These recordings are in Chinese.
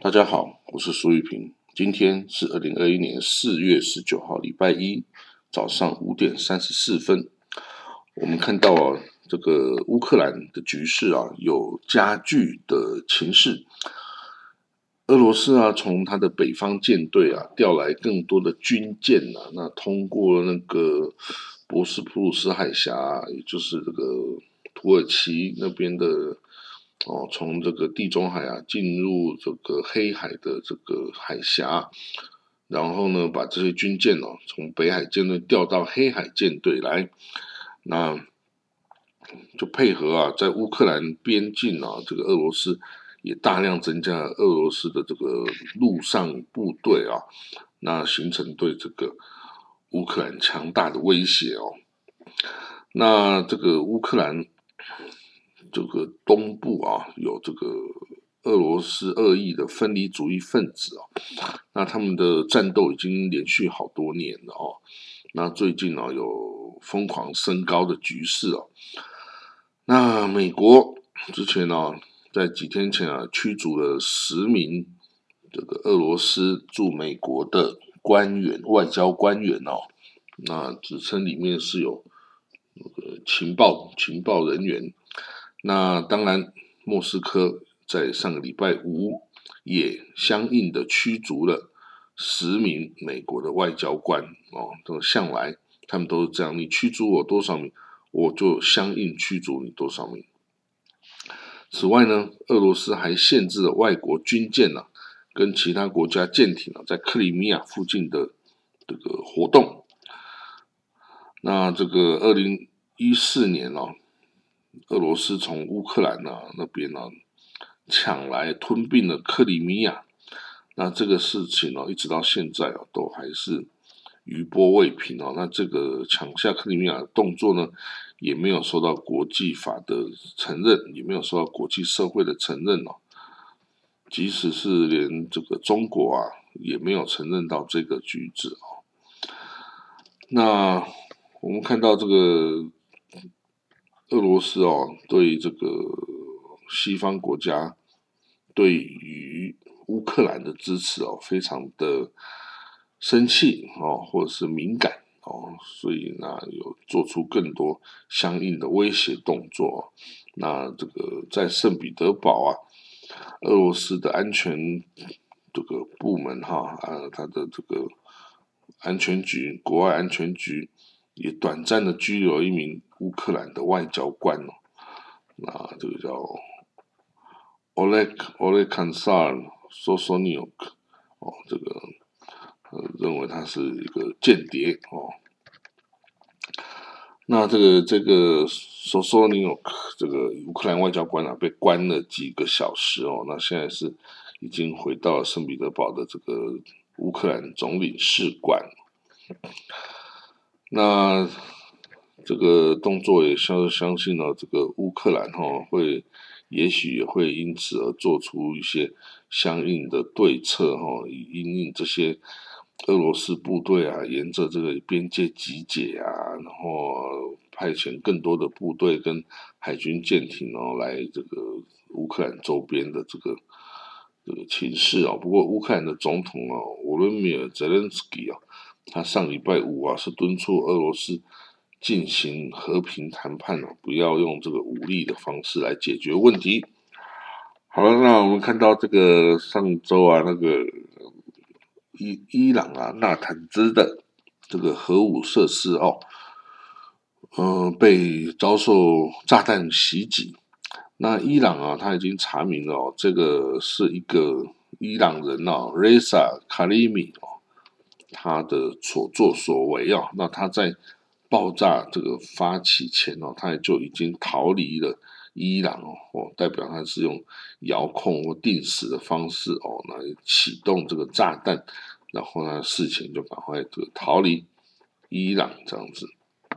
大家好，我是苏玉平。今天是2021年4月19号，礼拜一早上5点34分。我们看到这个乌克兰的局势有加剧的情势。俄罗斯从他的北方舰队调来更多的军舰那通过那个博斯普鲁斯海峡，也就是这个土耳其那边的从这个地中海进入这个黑海的这个海峡，然后呢把这些军舰从北海舰队调到黑海舰队来，那就配合在乌克兰边境这个俄罗斯也大量增加了俄罗斯的这个陆上部队那形成对这个乌克兰强大的威胁那这个乌克兰这个东部有这个俄罗斯恶意的分离主义分子那他们的战斗已经连续好多年了那最近有疯狂升高的局势那美国之前在几天前驱逐了10名这个俄罗斯驻美国的官员、外交官员那指称里面是有情报人员。那当然莫斯科在上个礼拜五也相应的驱逐了10名美国的外交官都向来他们都是这样，你驱逐我多少名，我就相应驱逐你多少名。此外呢，俄罗斯还限制了外国军舰跟其他国家舰艇在克里米亚附近的这个活动。那这个2014年俄罗斯从乌克兰那边抢来吞并了克里米亚，那这个事情一直到现在都还是余波未平那这个抢下克里米亚的动作呢，也没有受到国际法的承认，也没有受到国际社会的承认即使是连这个中国也没有承认到这个举止那我们看到这个俄罗斯对这个西方国家对于乌克兰的支持非常的生气或者是敏感所以呢有做出更多相应的威胁动作那这个在圣彼得堡俄罗斯的安全这个部门它的这个安全局国外安全局也短暂的拘留一名乌克兰的外交官那这个叫 Oleksandr Sosoniuk 这个认为他是一个间谍那这个 Sosoniuk 这个乌克兰外交官被关了几个小时那现在是已经回到了圣彼得堡的这个乌克兰总领事馆。那这个动作也相信这个乌克兰也许也会因此而做出一些相应的对策以因应这些俄罗斯部队沿着这个边界集结然后派遣更多的部队跟海军舰艇来这个乌克兰周边的这个情势不过乌克兰的总统沃伦米尔泽连斯基他上礼拜五是敦促俄罗斯进行和平谈判不要用这个武力的方式来解决问题。好了，那我们看到这个上周那个伊朗纳坦兹的这个核武设施被遭受炸弹袭击。那伊朗他已经查明了这个是一个伊朗人Reza Karimi他的所作所为那他在爆炸这个发起前他也就已经逃离了伊朗代表他是用遥控或定时的方式来启动这个炸弹，然后呢事前就赶快这个逃离伊朗这样子。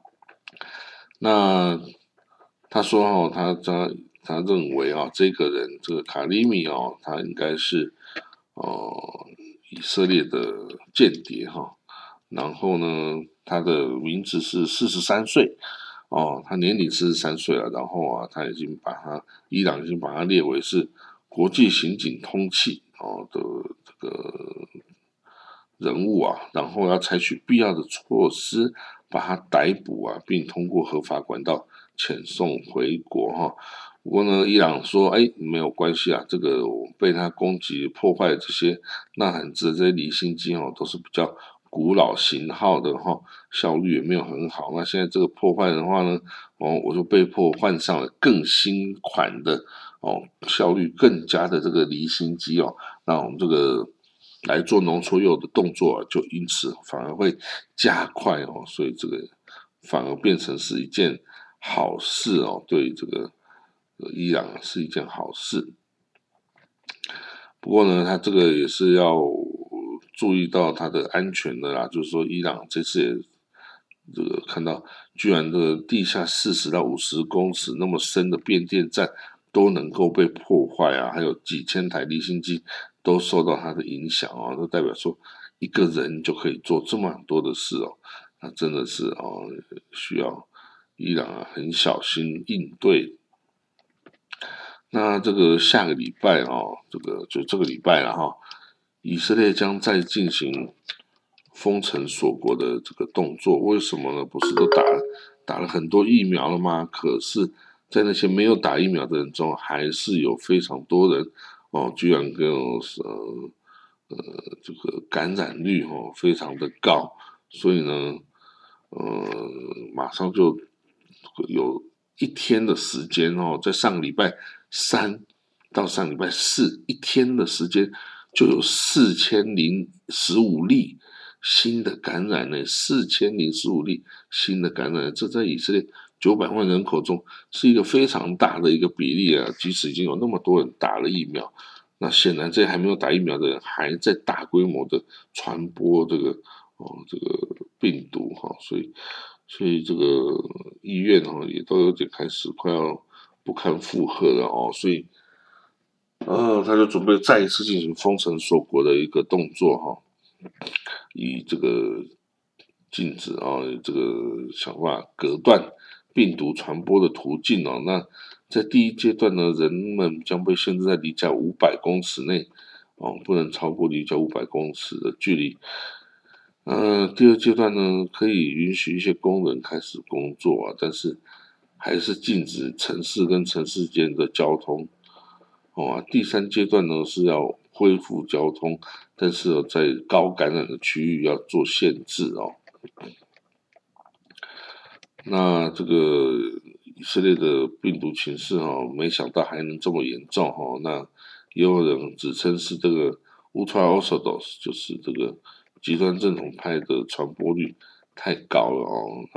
那他说他认为这个人这个卡利米他应该是以色列的间谍然后呢他的名字是43岁他年龄43岁了，然后他已经伊朗已经把他列为是国际刑警通缉的这个人物啊，然后要采取必要的措施把他逮捕啊，并通过合法管道遣送回国哈。不过呢，伊朗说，没有关系啊，这个我被他攻击破坏这些纳坦兹这些离心机都是比较古老型号的效率也没有很好。那现在这个破坏的话呢，我就被迫换上了更新款的效率更佳的这个离心机那我们这个来做浓缩铀的动作就因此反而会加快所以这个反而变成是一件好事对这个伊朗是一件好事。不过呢，他这个也是要注意到它的安全的啦，就是说伊朗这次也这个看到居然这个地下40到50公尺那么深的变电站都能够被破坏啊，还有几千台离心机都受到它的影响这代表说一个人就可以做这么多的事那真的是需要伊朗很小心应对。那这个下个礼拜这个礼拜了以色列将再进行封城锁国的这个动作，为什么呢？不是都打了很多疫苗了吗？可是，在那些没有打疫苗的人中，还是有非常多人居然跟这个感染率非常的高，所以呢，马上就有一天的时间在上个礼拜3到上礼拜4一天的时间，就有4015例新的感染呢，4015例新的感染，这在以色列900万人口中是一个非常大的一个比例啊。即使已经有那么多人打了疫苗，那显然这些还没有打疫苗的人还在大规模的传播这个病毒所以这个医院也都有点开始快要不堪负荷了所以他就准备再一次进行封城锁国的一个动作以这个禁止这个想办法隔断病毒传播的途径那在第一阶段呢，人们将被限制在离家500公尺内不能超过离家500公尺的距离。第二阶段呢，可以允许一些工人开始工作但是还是禁止城市跟城市间的交通第三阶段呢是要恢复交通，但是在高感染的区域要做限制那这个以色列的病毒情势没想到还能这么严重那也有人指称是这个 Ultra Orthodox， 就是这个极端正统派的传播率太高了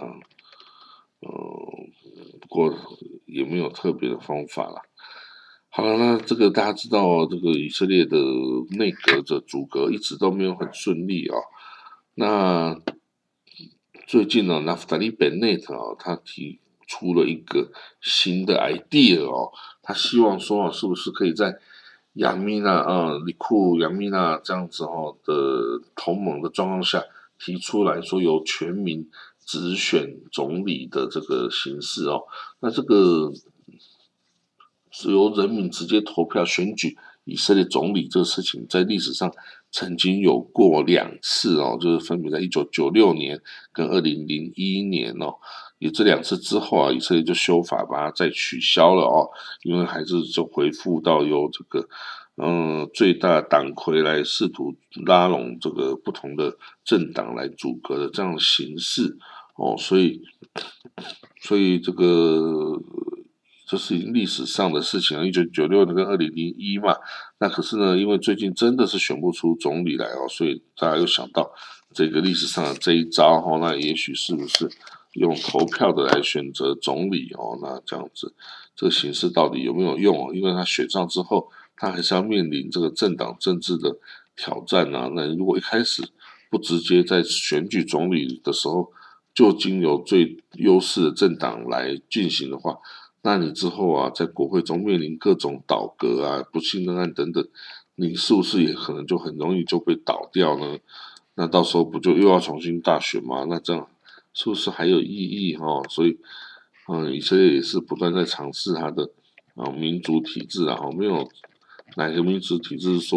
不过也没有特别的方法啦。好了，那这个大家知道这个以色列的内阁的组阁一直都没有很顺利那最近呢，Naftali Bennett 他提出了一个新的 idea 他希望说是不是可以在亚米纳里库亚米纳这样子的同盟的状况下提出来说由全民直选总理的这个形式那这个是由人民直接投票选举以色列总理这个事情，在历史上曾经有过2次就是分别在1996年跟2001年也这2次之后以色列就修法把它再取消了因为还是就回复到由这个最大党魁来试图拉拢这个不同的政党来组阁的这样的形式所以这是历史上的事情1996年跟2001嘛，那可是呢，因为最近真的是选不出总理来所以大家又想到这个历史上的这一招那也许是不是用投票的来选择总理那这样子这个形式到底有没有用因为他选上之后，他还是要面临这个政党政治的挑战那如果一开始不直接在选举总理的时候就经由最优势的政党来进行的话，那你之后在国会中面临各种倒戈不信任案等等，你是不是也可能就很容易就被倒掉呢？那到时候不就又要重新大选吗？那这样是不是还有意义所以以色列也是不断在尝试它的民主体制没有哪个民主体制说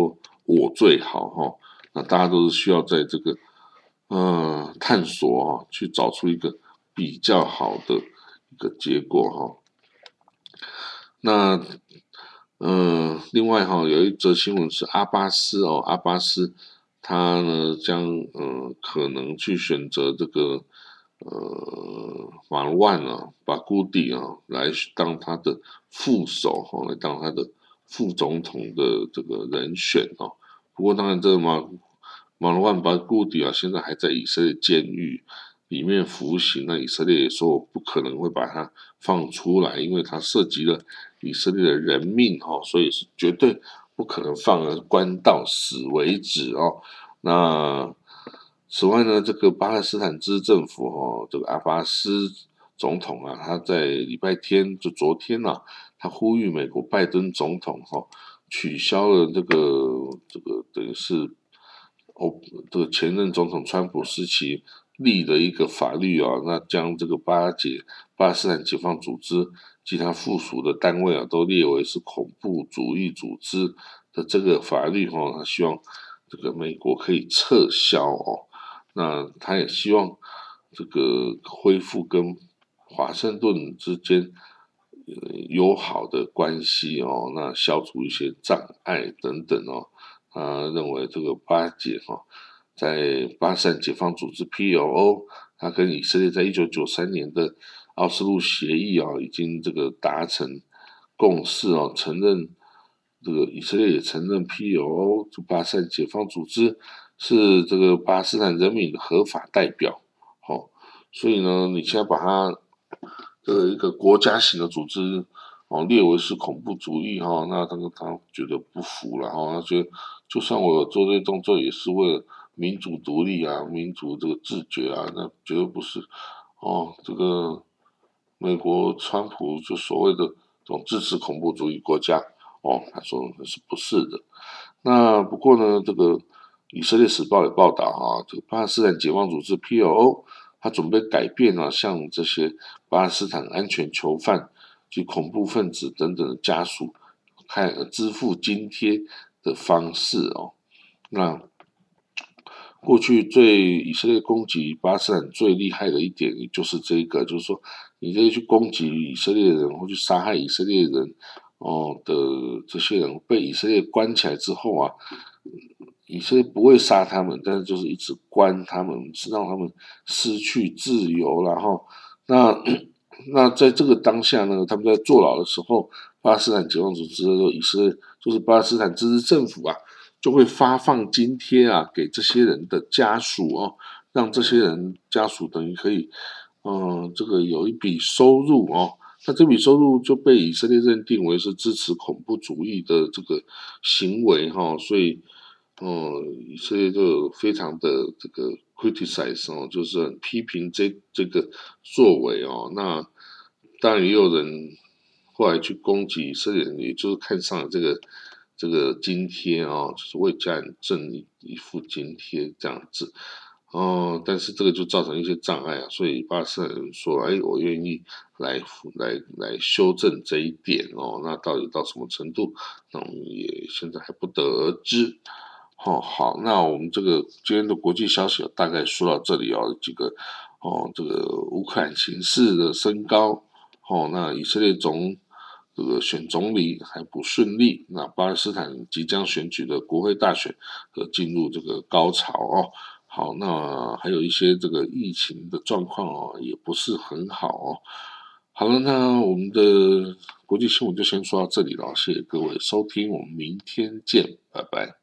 我最好哈。那大家都是需要在这个探索去找出一个比较好的一个结果哈。那另外有一则新闻是阿巴斯他呢将可能去选择这个马鲁万巴古迪来当他的副手来当他的副总统的这个人选不过当然这个马鲁万巴古迪现在还在以色列监狱里面服刑，那以色列也说不可能会把他放出来，因为他涉及了以色列的人命所以是绝对不可能放了关到死为止那此外呢，这个巴勒斯坦自治政府这个阿巴斯总统他在礼拜天就昨天他呼吁美国拜登总统取消了这个等于是这个前任总统川普时期立的一个法律那将这个巴勒斯坦解放组织及它附属的单位都列为是恐怖主义组织的这个法律他希望这个美国可以撤销那他也希望这个恢复跟华盛顿之间友好的关系那消除一些障碍等等他认为这个巴解在巴勒斯坦解放组织 PLO， 他跟以色列在1993年的奥斯陆协议已经这个达成共识承认这个以色列也承认 PLO 就巴勒斯坦解放组织是这个巴勒斯坦人民的合法代表所以呢，你现在把它一个国家型的组织列为是恐怖主义那他觉得不服了他觉得就算我做这些动作也是为了民主独立民主这个自觉那绝对不是这个美国川普就所谓的这种支持恐怖主义国家他说是不是的。那不过呢，这个以色列时报也报道这个巴勒斯坦解放组织 PLO 他准备改变向这些巴勒斯坦安全囚犯及恐怖分子等等的家属支付津贴的方式那过去以色列攻击巴勒斯坦最厉害的一点就是这个，就是说你这去攻击以色列人或去杀害以色列人的这些人被以色列关起来之后以色列不会杀他们，但是就是一直关他们，是让他们失去自由。然后，那在这个当下呢，他们在坐牢的时候，巴勒斯坦解放组织以色列就是巴勒斯坦自治政府就会发放津贴给这些人的家属让这些人家属等于可以这个有一笔收入那这笔收入就被以色列认定为是支持恐怖主义的这个行为所以以色列就非常的这个 criticize 就是很批评这个作为那当然也有人后来去攻击以色列人，也就是看上了这个津贴就是为家人挣一副津贴这样子但是这个就造成一些障碍所以巴勒斯坦人说我愿意来修正这一点那到底到什么程度那我们也现在还不得而知好，那我们这个今天的国际消息大概说到这里几个这个乌克兰情势的升高那以色列这个选总理还不顺利，那巴勒斯坦即将选举的国会大选进入这个高潮好，那还有一些这个疫情的状况也不是很好好了，那我们的国际新闻就先说到这里了，谢谢各位收听，我们明天见，拜拜。